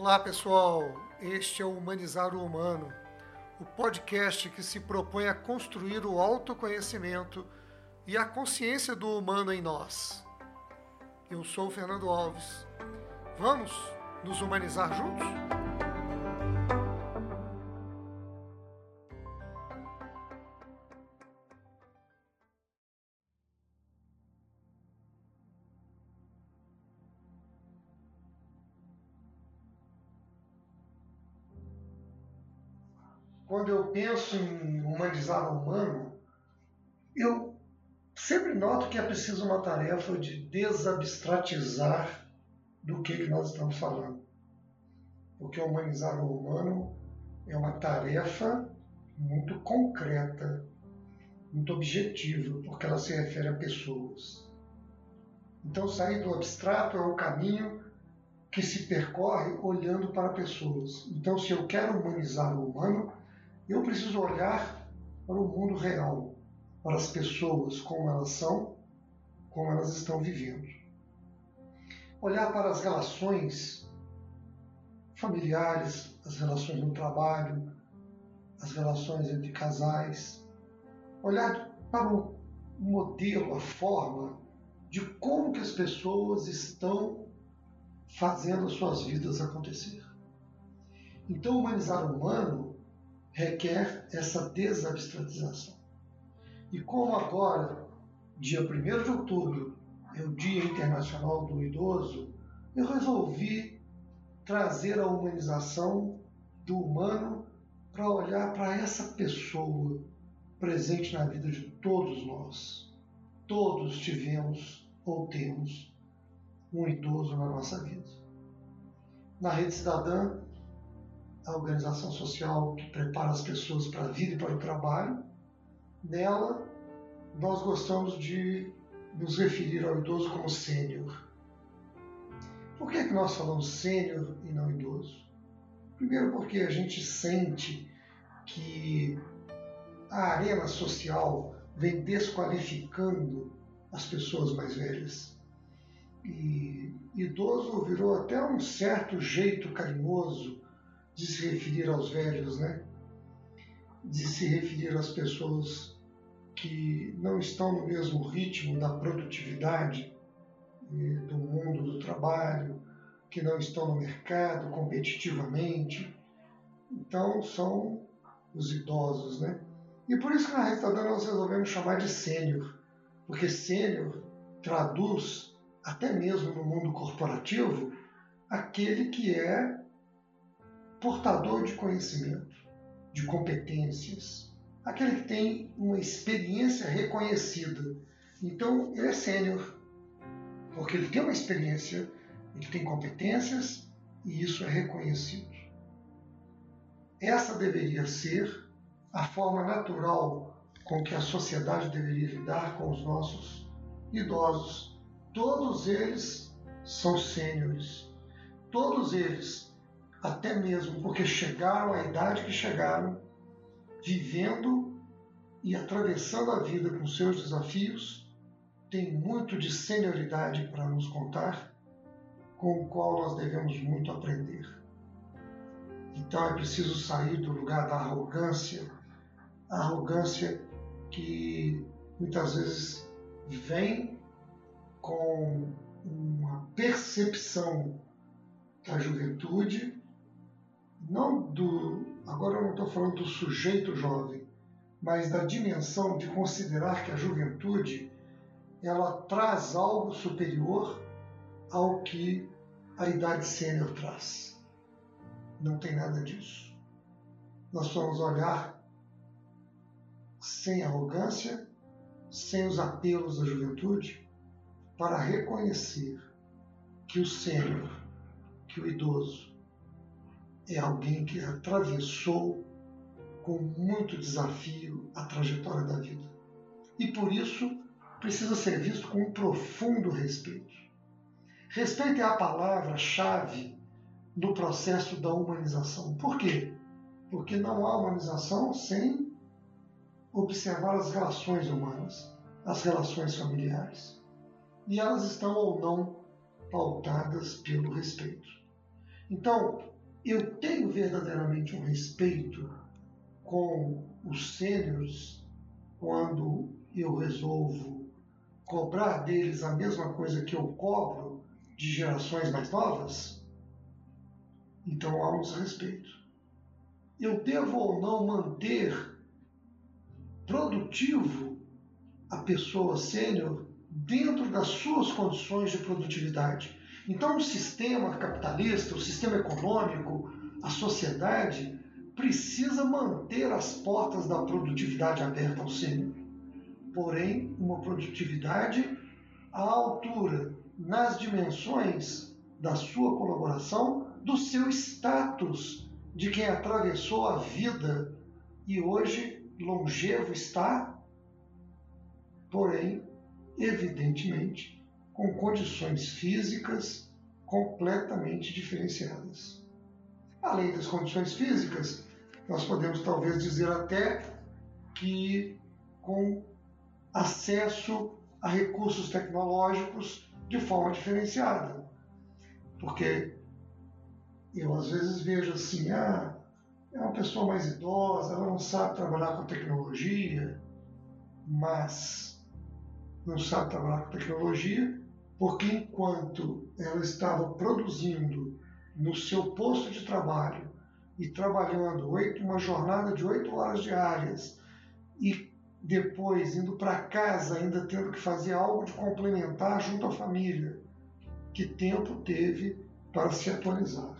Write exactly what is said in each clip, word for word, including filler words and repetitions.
Olá pessoal, este é o Humanizar o Humano, o podcast que se propõe a construir o autoconhecimento e a consciência do humano em nós. Eu sou o Fernando Alves. Vamos nos humanizar juntos? Quando eu penso em humanizar o humano, eu sempre noto que é preciso uma tarefa de desabstratizar do que, que nós estamos falando. Porque humanizar o humano é uma tarefa muito concreta, muito objetiva, porque ela se refere a pessoas. Então, sair do abstrato é o caminho que se percorre olhando para pessoas. Então, se eu quero humanizar o humano, eu preciso olhar para o mundo real, para as pessoas, como elas são, como elas estão vivendo. Olhar para as relações familiares, as relações no trabalho, as relações entre casais. Olhar para o modelo, a forma de como que as pessoas estão fazendo as suas vidas acontecer. Então, humanizar o humano requer essa desabstratização. E como agora, dia primeiro de outubro, é o Dia Internacional do Idoso, eu resolvi trazer a humanização do humano para olhar para essa pessoa presente na vida de todos nós. Todos tivemos ou temos um idoso na nossa vida. Na Rede Cidadã, a organização social que prepara as pessoas para a vida e para o trabalho, nela nós gostamos de nos referir ao idoso como sênior. Por que, é que nós falamos sênior e não idoso? Primeiro porque a gente sente que a arena social vem desqualificando as pessoas mais velhas. E idoso virou até um certo jeito carinhoso de se referir aos velhos, né? De se referir às pessoas que não estão no mesmo ritmo da produtividade do mundo do trabalho, que não estão no mercado competitivamente. Então, são os idosos, né? E por isso que na Rede Cidadã nós resolvemos chamar de sênior, porque sênior traduz, até mesmo no mundo corporativo, aquele que é portador de conhecimento, de competências, aquele que tem uma experiência reconhecida. Então, ele é sênior, porque ele tem uma experiência, ele tem competências e isso é reconhecido. Essa deveria ser a forma natural com que a sociedade deveria lidar com os nossos idosos. Todos eles são sêniores, todos eles, até mesmo porque chegaram à idade que chegaram, vivendo e atravessando a vida com seus desafios, tem muito de senioridade para nos contar, com o qual nós devemos muito aprender. Então é preciso sair do lugar da arrogância, a arrogância que muitas vezes vem com uma percepção da juventude, não do, agora eu não estou falando do sujeito jovem, mas da dimensão de considerar que a juventude ela traz algo superior ao que a idade sênior traz. Não tem nada disso. Nós vamos olhar sem arrogância, sem os apelos da juventude, para reconhecer que o sênior, que o idoso, é alguém que atravessou com muito desafio a trajetória da vida. E por isso precisa ser visto com um profundo respeito. Respeito é a palavra-chave no processo da humanização. Por quê? Porque não há humanização sem observar as relações humanas, as relações familiares. E elas estão ou não pautadas pelo respeito. Então, eu tenho verdadeiramente um respeito com os sêniores quando eu resolvo cobrar deles a mesma coisa que eu cobro de gerações mais novas? Então há um desrespeito. Eu devo ou não manter produtivo a pessoa sênior dentro das suas condições de produtividade? Então o sistema capitalista, o sistema econômico, a sociedade precisa manter as portas da produtividade abertas ao sênior. Porém, uma produtividade à altura, nas dimensões da sua colaboração, do seu status de quem atravessou a vida e hoje longevo está, porém, evidentemente, com condições físicas completamente diferenciadas. Além das condições físicas, nós podemos talvez dizer até que com acesso a recursos tecnológicos de forma diferenciada. Porque eu às vezes vejo assim, ah, é uma pessoa mais idosa, ela não sabe trabalhar com tecnologia, mas não sabe trabalhar com tecnologia porque enquanto ela estava produzindo no seu posto de trabalho e trabalhando oito, uma jornada de oito horas diárias e depois indo para casa ainda tendo que fazer algo de complementar junto à família, que tempo teve para se atualizar?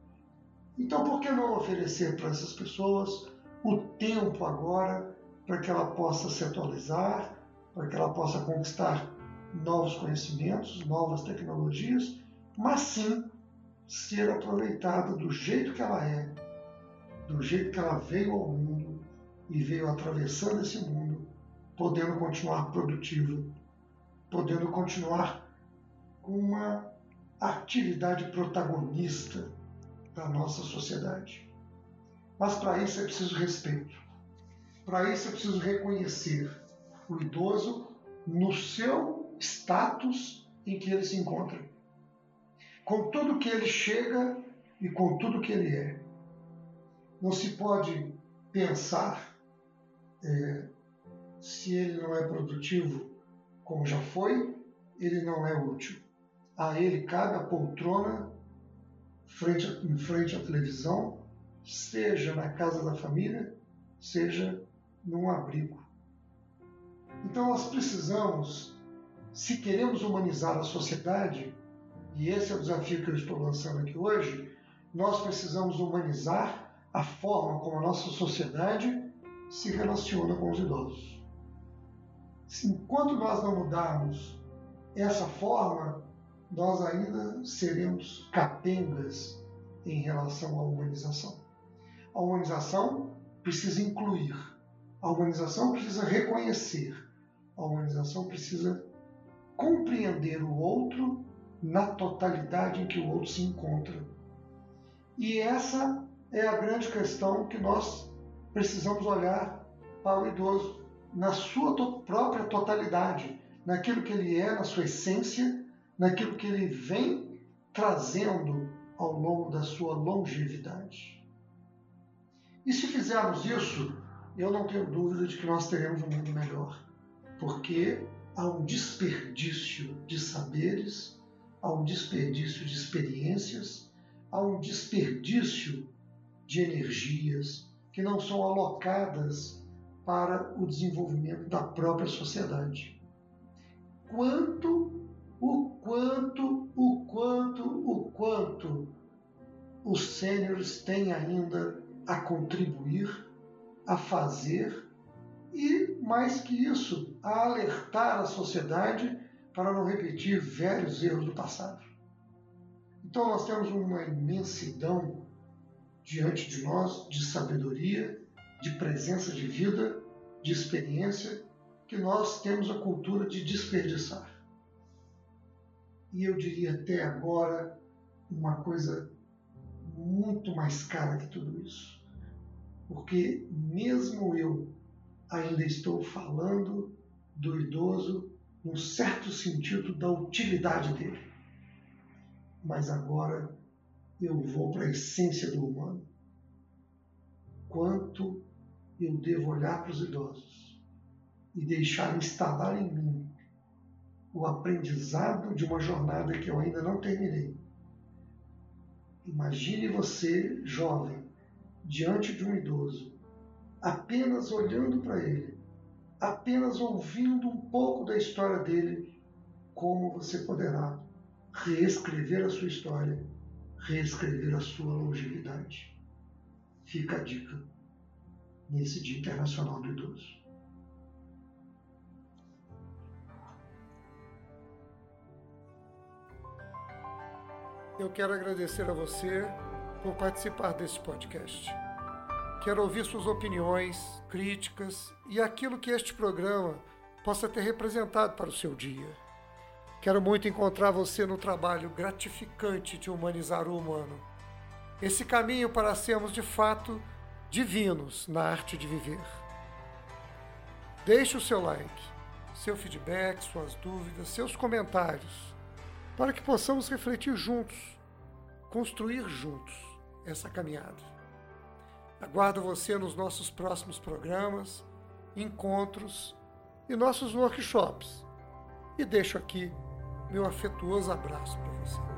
Então, por que não oferecer para essas pessoas o tempo agora para que ela possa se atualizar, para que ela possa conquistar novos conhecimentos, novas tecnologias, mas sim ser aproveitada do jeito que ela é, do jeito que ela veio ao mundo e veio atravessando esse mundo, podendo continuar produtiva, podendo continuar com uma atividade protagonista da nossa sociedade. Mas para isso é preciso respeito. Para isso é preciso reconhecer o idoso no seu status em que ele se encontra, com tudo que ele chega e com tudo que ele é. Não se pode pensar é, se ele não é produtivo como já foi, ele não é útil. A ele cabe a poltrona frente a, em frente à televisão, seja na casa da família, seja num abrigo. Então nós precisamos, se queremos humanizar a sociedade, e esse é o desafio que eu estou lançando aqui hoje, nós precisamos humanizar a forma como a nossa sociedade se relaciona com os idosos. Enquanto nós não mudarmos essa forma, nós ainda seremos capengas em relação à humanização. A humanização precisa incluir, a humanização precisa reconhecer, a humanização precisa compreender o outro na totalidade em que o outro se encontra. E essa é a grande questão que nós precisamos olhar para o idoso, na sua to- própria totalidade, naquilo que ele é, na sua essência, naquilo que ele vem trazendo ao longo da sua longevidade. E se fizermos isso, eu não tenho dúvida de que nós teremos um mundo melhor, porque há um desperdício de saberes, há um desperdício de experiências, há um desperdício de energias que não são alocadas para o desenvolvimento da própria sociedade. Quanto, o quanto, o quanto, o quanto os sêniores têm ainda a contribuir, a fazer e, mais que isso, a alertar a sociedade para não repetir velhos erros do passado. Então nós temos uma imensidão diante de nós de sabedoria, de presença de vida, de experiência, que nós temos a cultura de desperdiçar. E eu diria até agora uma coisa muito mais cara que tudo isso. Porque mesmo eu ainda estou falando do idoso num certo sentido da utilidade dele. Mas agora eu vou para a essência do humano. Quanto eu devo olhar para os idosos e deixar instalar em mim o aprendizado de uma jornada que eu ainda não terminei. Imagine você, jovem, diante de um idoso, apenas olhando para ele, apenas ouvindo um pouco da história dele, como você poderá reescrever a sua história, reescrever a sua longevidade. Fica a dica nesse Dia Internacional do Idoso. Eu quero agradecer a você por participar desse podcast. Quero ouvir suas opiniões, críticas e aquilo que este programa possa ter representado para o seu dia. Quero muito encontrar você no trabalho gratificante de humanizar o humano. Esse caminho para sermos de fato divinos na arte de viver. Deixe o seu like, seu feedback, suas dúvidas, seus comentários, para que possamos refletir juntos, construir juntos essa caminhada. Aguardo você nos nossos próximos programas, encontros e nossos workshops. E deixo aqui meu afetuoso abraço para você.